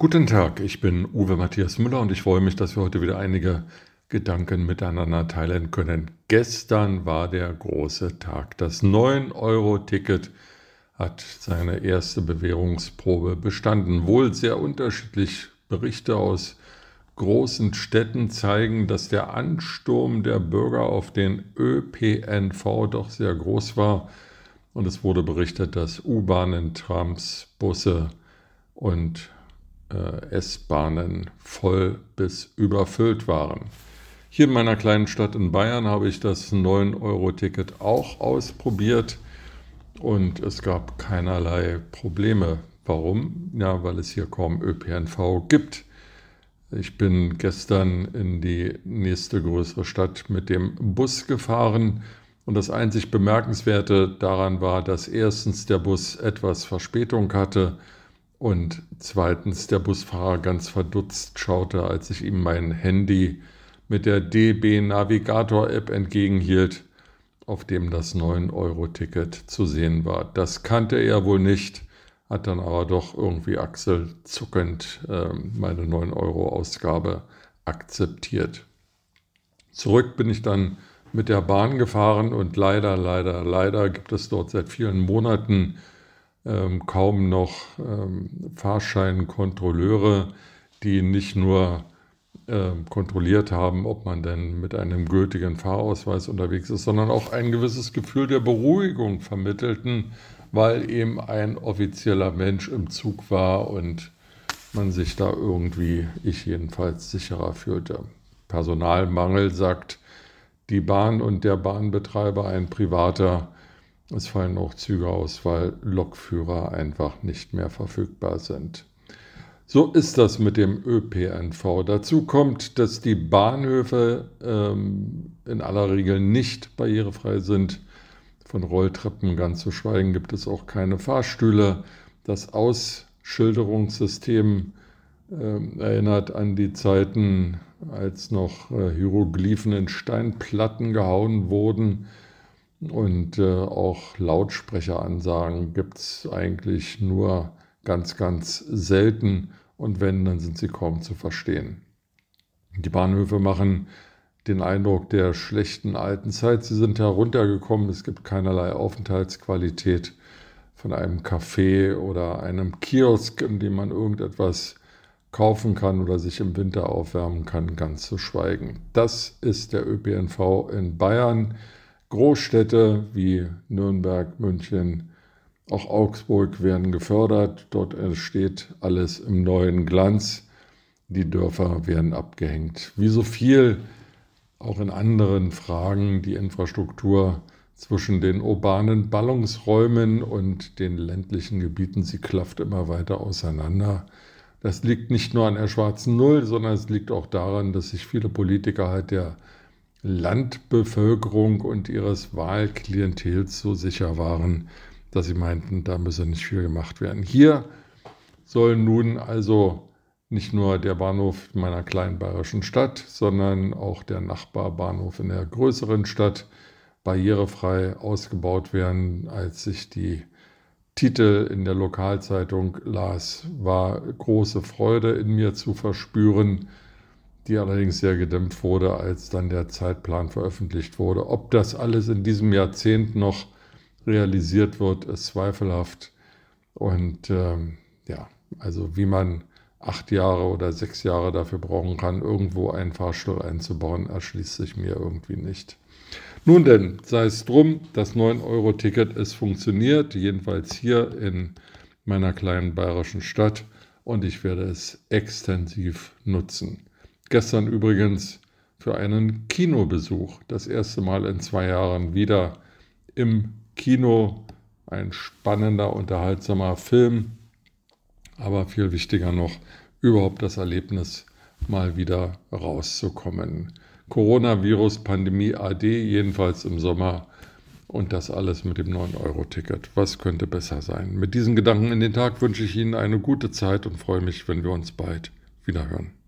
Guten Tag, ich bin Uwe Matthias Müller und ich freue mich, dass wir heute wieder einige Gedanken miteinander teilen können. Gestern war der große Tag. Das 9-Euro-Ticket hat seine erste Bewährungsprobe bestanden. Wohl sehr unterschiedlich. Berichte aus großen Städten zeigen, dass der Ansturm der Bürger auf den ÖPNV doch sehr groß war. Und es wurde berichtet, dass U-Bahnen, Trams, Busse und S-Bahnen voll bis überfüllt waren. Hier in meiner kleinen Stadt in Bayern habe ich das 9-Euro-Ticket auch ausprobiert und es gab keinerlei Probleme. Warum? Ja, weil es hier kaum ÖPNV gibt. Ich bin gestern in die nächste größere Stadt mit dem Bus gefahren und das einzig Bemerkenswerte daran war, dass erstens der Bus etwas Verspätung hatte und zweitens der Busfahrer ganz verdutzt schaute, als ich ihm mein Handy mit der DB Navigator App entgegenhielt, auf dem das 9-Euro-Ticket zu sehen war. Das kannte er wohl nicht, hat dann aber doch irgendwie achselzuckend meine 9-Euro-Ausgabe akzeptiert. Zurück bin ich dann mit der Bahn gefahren und leider gibt es dort seit vielen Monaten kaum noch Fahrscheinkontrolleure, die nicht nur kontrolliert haben, ob man denn mit einem gültigen Fahrausweis unterwegs ist, sondern auch ein gewisses Gefühl der Beruhigung vermittelten, weil eben ein offizieller Mensch im Zug war und man sich da irgendwie, ich jedenfalls, sicherer fühlte. Personalmangel, sagt die Bahn und der Bahnbetreiber, ein privater. Es fallen auch Züge aus, weil Lokführer einfach nicht mehr verfügbar sind. So ist das mit dem ÖPNV. Dazu kommt, dass die Bahnhöfe in aller Regel nicht barrierefrei sind. Von Rolltreppen ganz zu schweigen gibt es auch keine Fahrstühle. Das Ausschilderungssystem erinnert an die Zeiten, als noch Hieroglyphen in Steinplatten gehauen wurden. Und auch Lautsprecheransagen gibt es eigentlich nur ganz selten und wenn, dann sind sie kaum zu verstehen. Die Bahnhöfe machen den Eindruck der schlechten alten Zeit. Sie sind heruntergekommen, es gibt keinerlei Aufenthaltsqualität von einem Café oder einem Kiosk, in dem man irgendetwas kaufen kann oder sich im Winter aufwärmen kann, ganz zu schweigen. Das ist der ÖPNV in Bayern. Großstädte wie Nürnberg, München, auch Augsburg werden gefördert. Dort entsteht alles im neuen Glanz. Die Dörfer werden abgehängt. Wie so viel, auch in anderen Fragen, die Infrastruktur zwischen den urbanen Ballungsräumen und den ländlichen Gebieten, sie klafft immer weiter auseinander. Das liegt nicht nur an der schwarzen Null, sondern es liegt auch daran, dass sich viele Politiker halt der Landbevölkerung und ihres Wahlklientels so sicher waren, dass sie meinten, da müsse nicht viel gemacht werden. Hier soll nun also nicht nur der Bahnhof meiner kleinen bayerischen Stadt, sondern auch der Nachbarbahnhof in der größeren Stadt barrierefrei ausgebaut werden. Als ich die Titel in der Lokalzeitung las, war große Freude in mir zu verspüren, die allerdings sehr gedämpft wurde, als dann der Zeitplan veröffentlicht wurde. Ob das alles in diesem Jahrzehnt noch realisiert wird, ist zweifelhaft. Und also wie man 8 Jahre oder 6 Jahre dafür brauchen kann, irgendwo einen Fahrstuhl einzubauen, erschließt sich mir irgendwie nicht. Nun denn, sei es drum, das 9-Euro-Ticket, es funktioniert, jedenfalls hier in meiner kleinen bayerischen Stadt und ich werde es extensiv nutzen. Gestern übrigens für einen Kinobesuch, das erste Mal in 2 Jahren wieder im Kino, ein spannender, unterhaltsamer Film, aber viel wichtiger noch, überhaupt das Erlebnis, mal wieder rauszukommen. Coronavirus-Pandemie AD, jedenfalls im Sommer und das alles mit dem 9-Euro-Ticket. Was könnte besser sein? Mit diesen Gedanken in den Tag wünsche ich Ihnen eine gute Zeit und freue mich, wenn wir uns bald wieder hören.